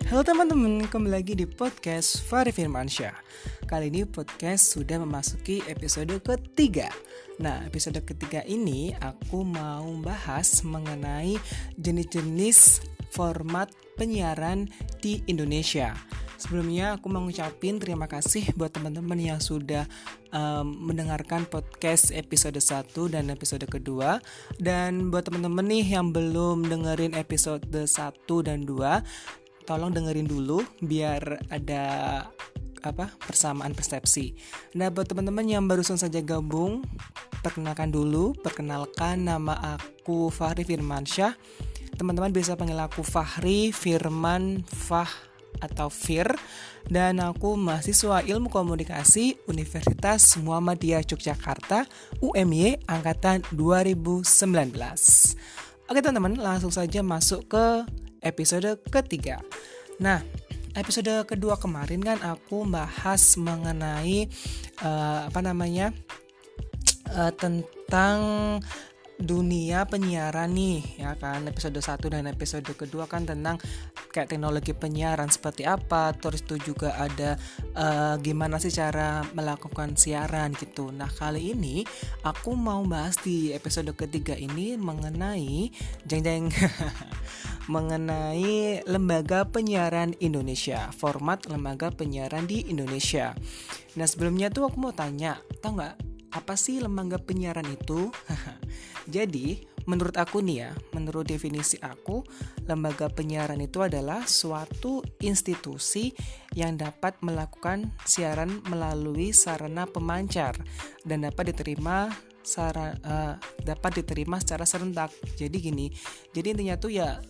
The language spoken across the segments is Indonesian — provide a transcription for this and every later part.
Halo teman-teman, kembali lagi di podcast Fahri Firmansyah. Kali ini podcast sudah memasuki episode ketiga. Nah, episode ketiga ini aku mau bahas mengenai jenis-jenis format penyiaran di Indonesia. Sebelumnya aku mau ngucapin terima kasih buat teman-teman yang sudah mendengarkan podcast episode 1 dan episode kedua. Dan buat teman-teman nih yang belum dengerin episode 1 dan 2, tolong dengerin dulu biar ada persamaan persepsi. Nah, buat teman-teman yang barusan saja gabung, perkenalkan nama aku Fahri Firmansyah. Teman-teman bisa panggil aku Fahri, Firman, Fah atau Fir. Dan aku mahasiswa Ilmu Komunikasi Universitas Muhammadiyah Yogyakarta UMY angkatan 2019. Oke teman-teman, langsung saja masuk ke episode ketiga. Nah, episode kedua kemarin kan aku bahas mengenai tentang dunia penyiaran nih, ya kan. Episode 1 dan episode kedua kan tentang kayak teknologi penyiaran seperti apa, terus itu juga ada gimana sih cara melakukan siaran gitu. Nah, kali ini aku mau bahas di episode ketiga ini mengenai mengenai lembaga penyiaran Indonesia, format lembaga penyiaran di Indonesia. Nah, sebelumnya tuh aku mau tanya, tahu nggak apa sih lembaga penyiaran itu? Jadi, menurut aku nih ya, menurut definisi aku, lembaga penyiaran itu adalah suatu institusi yang dapat melakukan siaran melalui sarana pemancar dan dapat diterima secara serentak. Jadi gini, jadi intinya tuh ya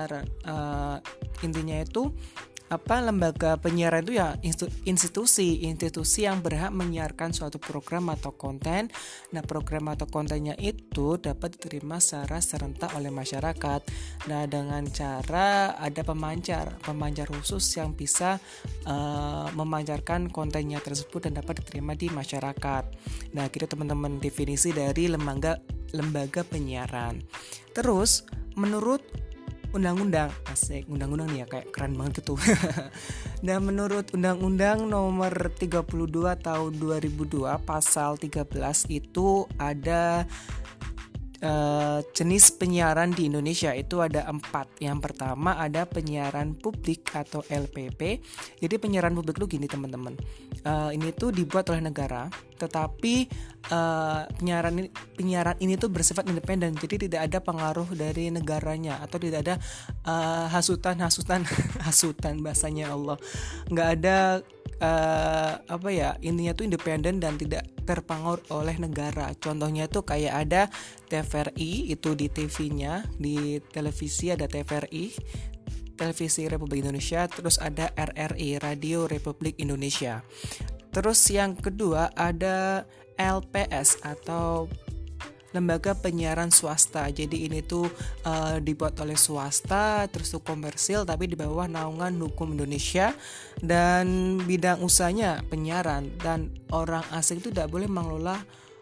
lembaga penyiaran itu ya institusi yang berhak menyiarkan suatu program atau konten. Nah, program atau kontennya itu dapat diterima secara serentak oleh masyarakat. Nah, dengan cara ada pemancar khusus yang bisa memancarkan kontennya tersebut dan dapat diterima di masyarakat. Nah, gitu teman-teman definisi dari lembaga penyiaran. Terus, menurut undang-undang nih ya, kayak keren banget gitu. Dan menurut Undang-Undang nomor 32 tahun 2002 pasal 13 itu ada jenis penyiaran di Indonesia itu ada 4. Yang pertama ada penyiaran publik atau LPP. Jadi penyiaran publik itu gini teman-teman, ini tuh dibuat oleh negara, tetapi penyiaran ini tuh bersifat independen. Jadi tidak ada pengaruh dari negaranya atau tidak ada hasutan bahasanya Allah. Nggak ada intinya tuh independen dan tidak terpengaruh oleh negara. Contohnya tuh kayak ada TVRI, itu di TV-nya, di televisi ada TVRI, Televisi Republik Indonesia, terus ada RRI, Radio Republik Indonesia. Terus yang kedua ada LPS atau lembaga penyiaran swasta. Jadi ini tuh dibuat oleh swasta, terus tuh komersil tapi di bawah naungan hukum Indonesia, dan bidang usahanya penyiaran, dan orang asing itu tidak boleh mengelola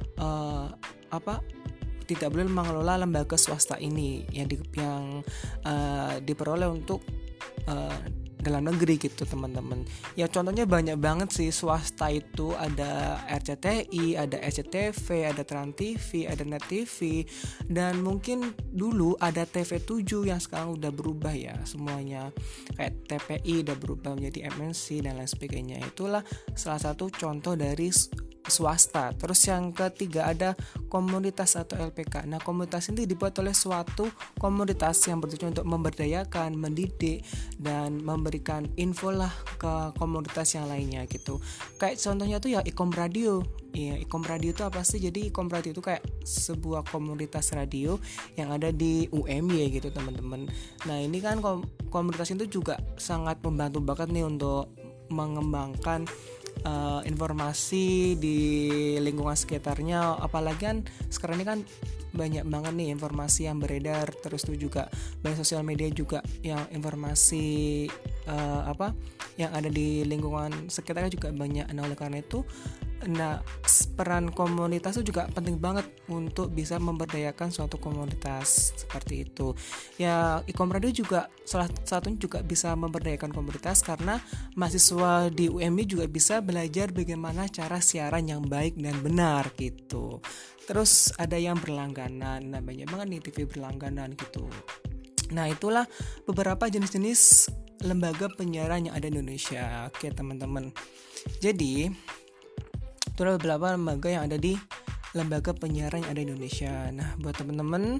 lembaga swasta ini yang diperoleh untuk dalam negeri gitu teman-teman. Ya contohnya banyak banget sih swasta itu, ada RCTI, ada SCTV, ada Trans TV, ada Net TV, dan mungkin dulu ada TV7 yang sekarang udah berubah ya semuanya. Kayak TPI udah berubah menjadi MNC dan lain sebagainya. Itulah salah satu contoh dari swasta. Terus yang ketiga ada komunitas atau LPK. Nah, komunitas ini dibuat oleh suatu komunitas yang bertujuan untuk memberdayakan, mendidik, dan memberikan info lah ke komunitas yang lainnya gitu. Kayak contohnya tuh ya Ikom Radio. Iya, Ikom Radio itu apa sih? Jadi Ikom Radio itu kayak sebuah komunitas radio yang ada di UMY gitu teman-teman. Nah, ini kan komunitas itu juga sangat membantu banget nih untuk mengembangkan informasi di lingkungan sekitarnya. Apalagi kan sekarang ini kan banyak banget nih informasi yang beredar, terus tuh juga banyak sosial media juga yang informasi yang ada di lingkungan sekitarnya juga banyak. Nah, oleh karena itu Nah, peran komunitas itu juga penting banget untuk bisa memberdayakan suatu komunitas seperti itu. Ya, Ikom Radio juga salah satunya juga bisa memberdayakan komunitas karena mahasiswa di UMI juga bisa belajar bagaimana cara siaran yang baik dan benar gitu. Terus ada yang berlangganan, namanya banget nih TV berlangganan gitu. Nah, itulah beberapa jenis-jenis lembaga penyiaran yang ada di Indonesia. Oke, teman-teman. Jadi itulah beberapa lembaga yang ada di lembaga penyiaran yang ada di Indonesia. Nah, buat teman-teman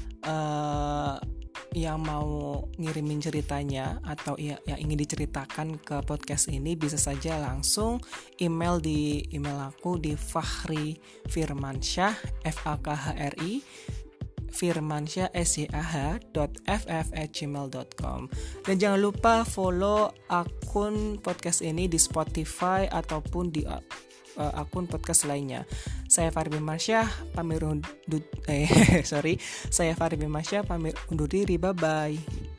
yang mau ngirimin ceritanya atau yang ingin diceritakan ke podcast ini, bisa saja langsung email di email aku di Fakhri Firmansyah FAKHRI firmansyah@ff@gmail.com. Dan jangan lupa follow akun podcast ini di Spotify ataupun di akun podcast lainnya. Saya Fakhri Firmansyah pamit undur Saya Fakhri Firmansyah pamit undur diri. Bye bye.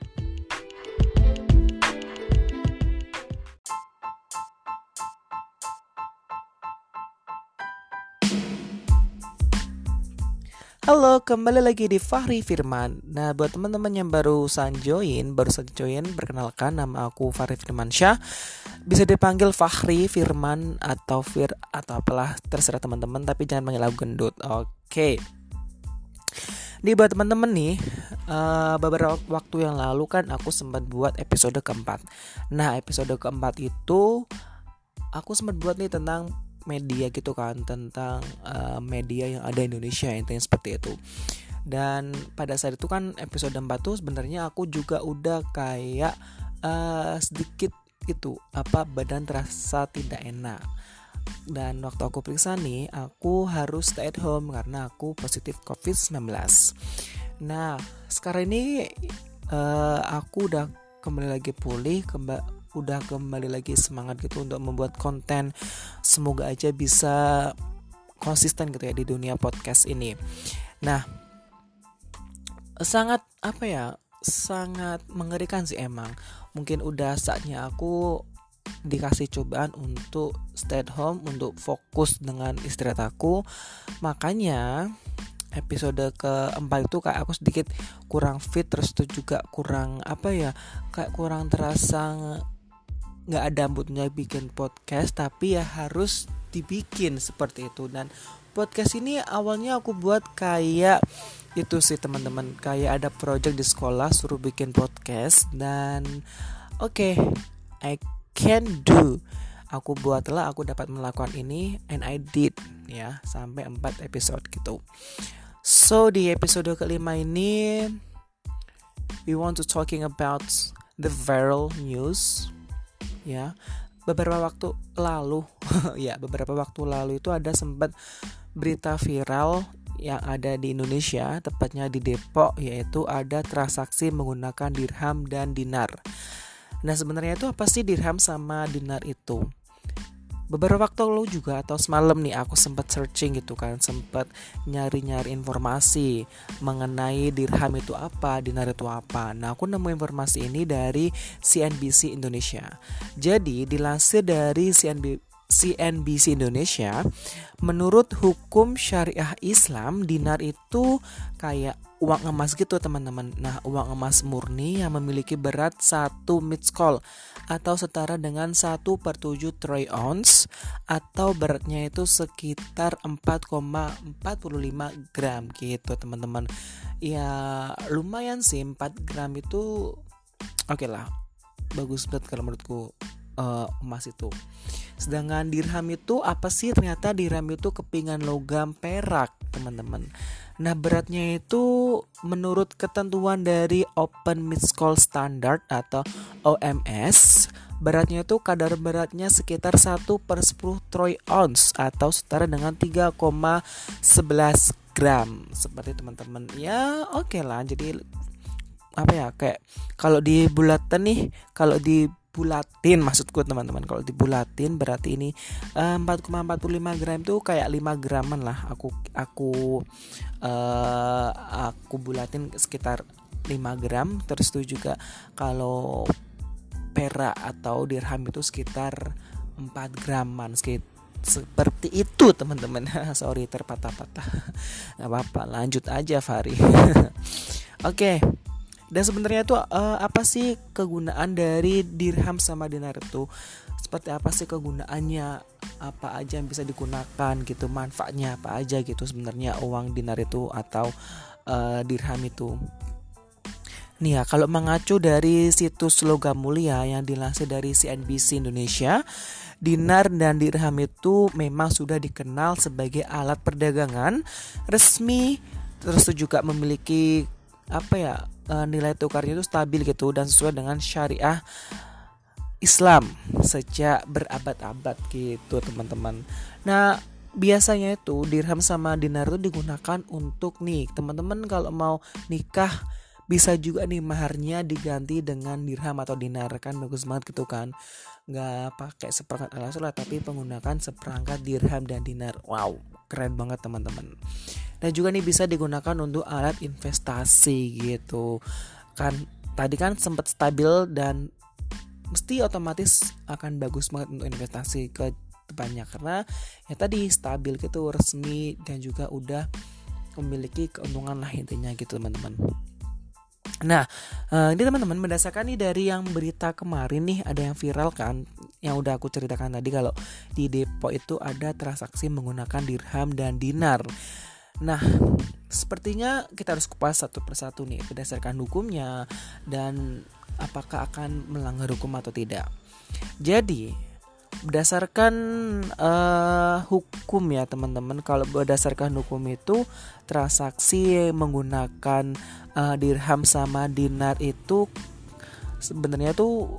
Halo, kembali lagi di Fakhri Firman. Nah, buat teman-teman yang baru saja join, perkenalkan nama aku Fakhri Firmansyah. Bisa dipanggil Fakhri Firman atau atau apalah, terserah teman-teman, tapi jangan panggil aku gendut. Oke. Nih buat teman-teman nih, beberapa waktu yang lalu kan aku sempat buat episode keempat. Nah, episode keempat itu aku sempat buat nih tentang media gitu kan, tentang media yang ada di Indonesia, intinya seperti itu. Dan pada saat itu kan episode 4 tuh sebenarnya aku juga udah kayak sedikit itu badan terasa tidak enak. Dan waktu aku periksa nih, aku harus stay at home karena aku positif COVID-19. Nah, sekarang ini aku udah kembali lagi pulih, udah kembali lagi semangat gitu untuk membuat konten. Semoga aja bisa konsisten gitu ya di dunia podcast ini. Nah, sangat mengerikan sih emang. Mungkin udah saatnya aku dikasih cobaan untuk stay at home, untuk fokus dengan istirahat aku. Makanya episode keempat itu kayak aku sedikit kurang fit, terus itu juga kurang kayak kurang terasa nggak ada moodnya bikin podcast, tapi ya harus dibikin seperti itu. Dan podcast ini awalnya aku buat kayak itu sih teman-teman, kayak ada project di sekolah suruh bikin podcast, dan oke, I can do. Aku dapat melakukan ini, and I did ya, sampai 4 episode gitu. So di episode kelima ini we want to talking about the viral news. Ya, beberapa waktu lalu itu ada sempat berita viral yang ada di Indonesia, tepatnya di Depok, yaitu ada transaksi menggunakan dirham dan dinar. Nah, sebenarnya itu apa sih dirham sama dinar itu? Beberapa waktu lalu juga atau semalam nih aku sempat searching gitu kan, sempat nyari-nyari informasi mengenai dirham itu apa, dinar itu apa. Nah, aku nemu informasi ini dari CNBC Indonesia. Jadi dilansir dari CNBC Indonesia, menurut hukum syariah Islam, dinar itu kayak uang emas gitu teman-teman. Nah, uang emas murni yang memiliki berat 1 mitskol atau setara dengan 1/7 troy ounce, atau beratnya itu sekitar 4,45 gram gitu teman-teman. Ya lumayan sih, 4 gram itu oke lah, bagus banget kalau menurutku emas itu. Sedangkan dirham itu apa sih? Ternyata dirham itu kepingan logam perak teman-teman. Nah, beratnya itu menurut ketentuan dari Open Mitskol Standard atau OMS, beratnya itu kadar beratnya sekitar 1/10 troy ounce atau setara dengan 3,11 gram. Seperti teman-teman. Ya, oke lah. Jadi kayak kalau dibulatin maksudku teman-teman, kalau dibulatin berarti ini 4,45 gram itu kayak 5 graman lah. Aku bulatin sekitar 5 gram. Terus itu juga kalau perak atau dirham itu sekitar 4 graman Seperti itu teman-teman. Sorry terpatah-patah. Gak apa-apa, lanjut aja Fari. Oke. Dan sebenarnya itu apa sih kegunaan dari dirham sama dinar itu? Seperti apa sih kegunaannya? Apa aja yang bisa digunakan gitu? Manfaatnya apa aja gitu sebenarnya uang dinar itu atau dirham itu? Nih ya, kalau mengacu dari situs Logam Mulia yang dilansir dari CNBC Indonesia, dinar dan dirham itu memang sudah dikenal sebagai alat perdagangan resmi, terus juga memiliki nilai tukarnya itu stabil gitu dan sesuai dengan syariah Islam sejak berabad-abad gitu teman-teman. Nah biasanya itu dirham sama dinar itu digunakan untuk nih teman-teman kalau mau nikah, bisa juga nih maharnya diganti dengan dirham atau dinar, kan bagus banget gitu kan. Nggak pakai seperangkat alat sholat tapi menggunakan seperangkat dirham dan dinar. Wow, keren banget teman-teman. Dan juga nih bisa digunakan untuk alat investasi gitu. Kan tadi kan sempat stabil dan mesti otomatis akan bagus banget untuk investasi ke depannya karena ya tadi stabil gitu, resmi dan juga udah memiliki keuntungan lah intinya gitu teman-teman. Nah, ini teman-teman berdasarkan nih dari yang berita kemarin nih ada yang viral kan, yang udah aku ceritakan tadi kalau di Depok itu ada transaksi menggunakan dirham dan dinar. Nah, sepertinya kita harus kupas satu persatu nih berdasarkan hukumnya dan apakah akan melanggar hukum atau tidak. Jadi berdasarkan hukum ya teman-teman, kalau berdasarkan hukum itu transaksi menggunakan dirham sama dinar itu sebenarnya tuh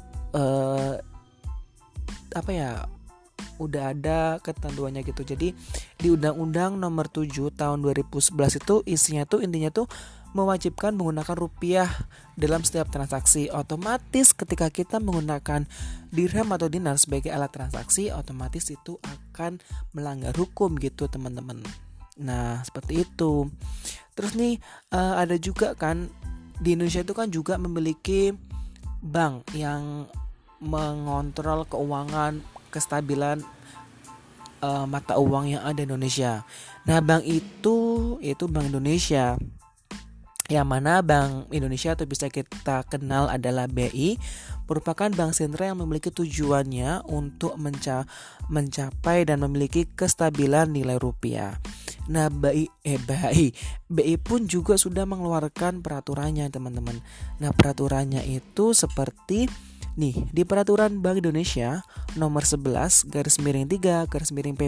udah ada ketentuannya gitu. Jadi di Undang-Undang Nomor 7 Tahun 2011 itu intinya tuh mewajibkan menggunakan rupiah dalam setiap transaksi. Otomatis ketika kita menggunakan dirham atau dinar sebagai alat transaksi, otomatis itu akan melanggar hukum gitu teman-teman. Nah seperti itu. Terus nih ada juga kan di Indonesia itu kan juga memiliki bank yang mengontrol keuangan, kestabilan mata uang yang ada di Indonesia. Nah bank itu Bank Indonesia, yang mana Bank Indonesia atau bisa kita kenal adalah BI, merupakan bank sentral yang memiliki tujuannya untuk mencapai dan memiliki kestabilan nilai rupiah. Nah BI pun juga sudah mengeluarkan peraturannya teman-teman. Nah peraturannya itu seperti nih, di Peraturan Bank Indonesia nomor 11/3/PBI/2015.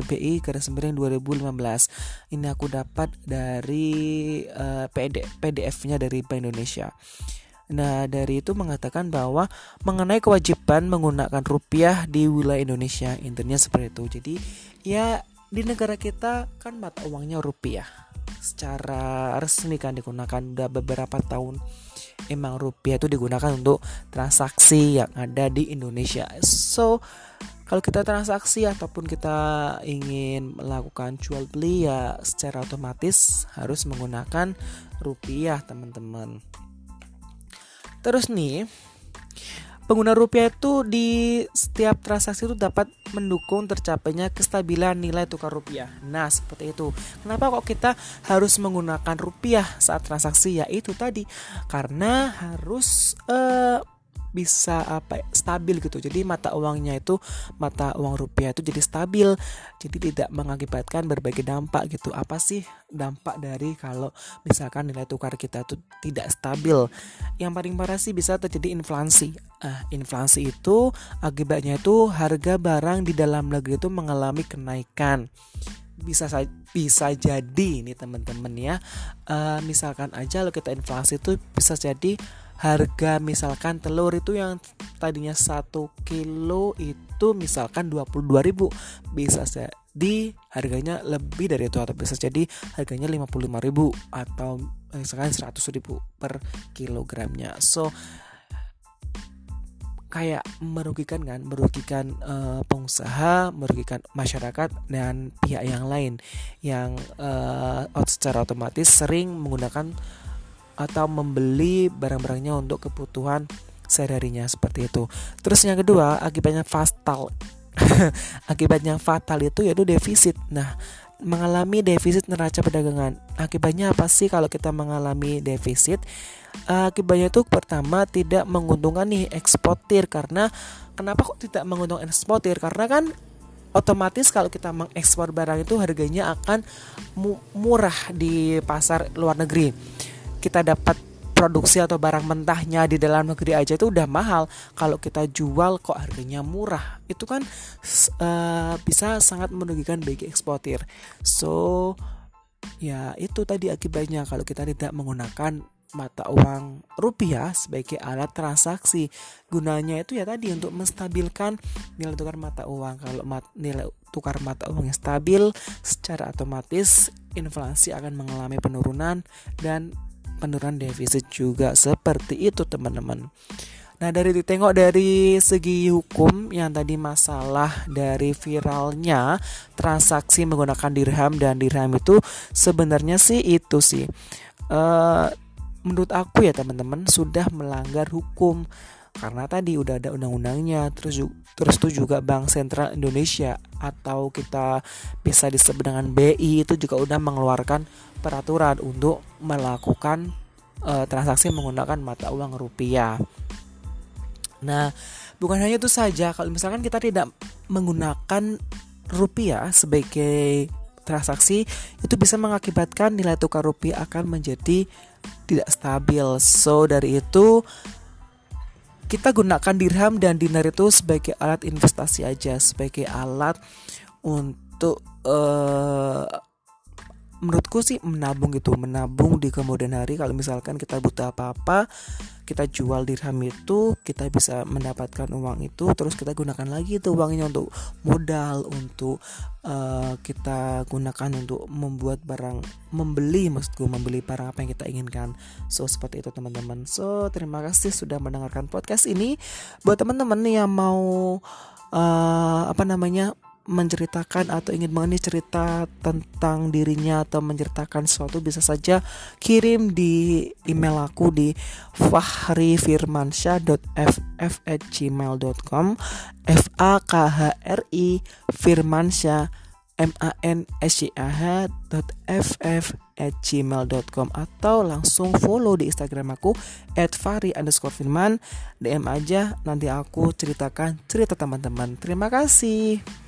Ini aku dapat dari PDF-nya dari Bank Indonesia. Nah, dari itu mengatakan bahwa mengenai kewajiban menggunakan rupiah di wilayah Indonesia, intinya seperti itu. Jadi, ya di negara kita kan mata uangnya rupiah. Secara resmi kan digunakan udah beberapa tahun. Emang rupiah itu digunakan untuk transaksi yang ada di Indonesia. So, kalau kita transaksi ataupun kita ingin melakukan jual beli ya secara otomatis harus menggunakan rupiah teman-teman. Terus nih, pengguna rupiah itu di setiap transaksi itu dapat mendukung tercapainya kestabilan nilai tukar rupiah. Nah seperti itu. Kenapa kok kita harus menggunakan rupiah saat transaksi? Ya itu tadi, karena harus bisa stabil gitu. Jadi mata uang rupiah itu jadi stabil. Jadi tidak mengakibatkan berbagai dampak gitu. Apa sih dampak dari kalau misalkan nilai tukar kita itu tidak stabil? Yang paling parah sih bisa terjadi inflasi. Inflasi itu akibatnya itu harga barang di dalam negeri itu mengalami kenaikan. Bisa jadi nih teman-teman ya. Misalkan aja kalau kita inflasi itu bisa jadi harga misalkan telur itu yang tadinya 1 kilo itu misalkan 22.000, bisa jadi harganya lebih dari itu atau bisa jadi harganya 55.000 atau misalkan 100.000 per kilogramnya. So kayak merugikan pengusaha, merugikan masyarakat dan pihak yang lain yang secara otomatis sering menggunakan atau membeli barang-barangnya untuk kebutuhan sehari-harinya seperti itu. Terus yang kedua, akibatnya fatal. Akibatnya fatal itu yaitu defisit. Nah, mengalami defisit neraca perdagangan. Akibatnya apa sih kalau kita mengalami defisit? Akibatnya itu pertama tidak menguntungkan nih eksportir. Karena kenapa kok tidak menguntungkan eksportir? Karena kan otomatis kalau kita mengekspor barang itu harganya akan murah di pasar luar negeri. Kita dapat produksi atau barang mentahnya di dalam negeri aja itu udah mahal. Kalau kita jual kok harganya murah, itu kan bisa sangat merugikan bagi eksportir. So ya itu tadi akibatnya kalau kita tidak menggunakan mata uang rupiah sebagai alat transaksi. Gunanya itu ya tadi untuk menstabilkan nilai tukar mata uang. Kalau nilai tukar mata uang yang stabil, secara otomatis inflasi akan mengalami penurunan dan penurunan defisit juga, seperti itu teman-teman. Nah, ditengok dari segi hukum yang tadi masalah dari viralnya transaksi menggunakan dirham, dan dirham itu sebenarnya sih itu sih menurut aku ya teman-teman sudah melanggar hukum. Karena tadi udah ada undang-undangnya, terus itu juga Bank Sentral Indonesia atau kita bisa disebut dengan BI itu juga udah mengeluarkan peraturan untuk melakukan transaksi menggunakan mata uang rupiah. Nah, bukan hanya itu saja, kalau misalkan kita tidak menggunakan rupiah sebagai transaksi, itu bisa mengakibatkan nilai tukar rupiah akan menjadi tidak stabil. So dari itu kita gunakan dirham dan dinar itu sebagai alat investasi aja, sebagai alat untuk menurutku sih menabung di kemudian hari. Kalau misalkan kita butuh apa-apa, kita jual dirham itu, kita bisa mendapatkan uang itu, terus kita gunakan lagi itu uangnya untuk modal, untuk kita gunakan untuk membeli barang apa yang kita inginkan. So seperti itu teman-teman. So terima kasih sudah mendengarkan podcast ini. Buat teman-teman yang mau menceritakan atau ingin mengenai cerita tentang dirinya atau menceritakan sesuatu, bisa saja kirim di email aku di fahrifirmansyah.ff@gmail.com FAKHRI Firmansyah mansyah.ff@gmail.com, atau langsung follow di Instagram aku @fahri_firman. DM aja, nanti aku ceritakan cerita teman-teman. Terima kasih.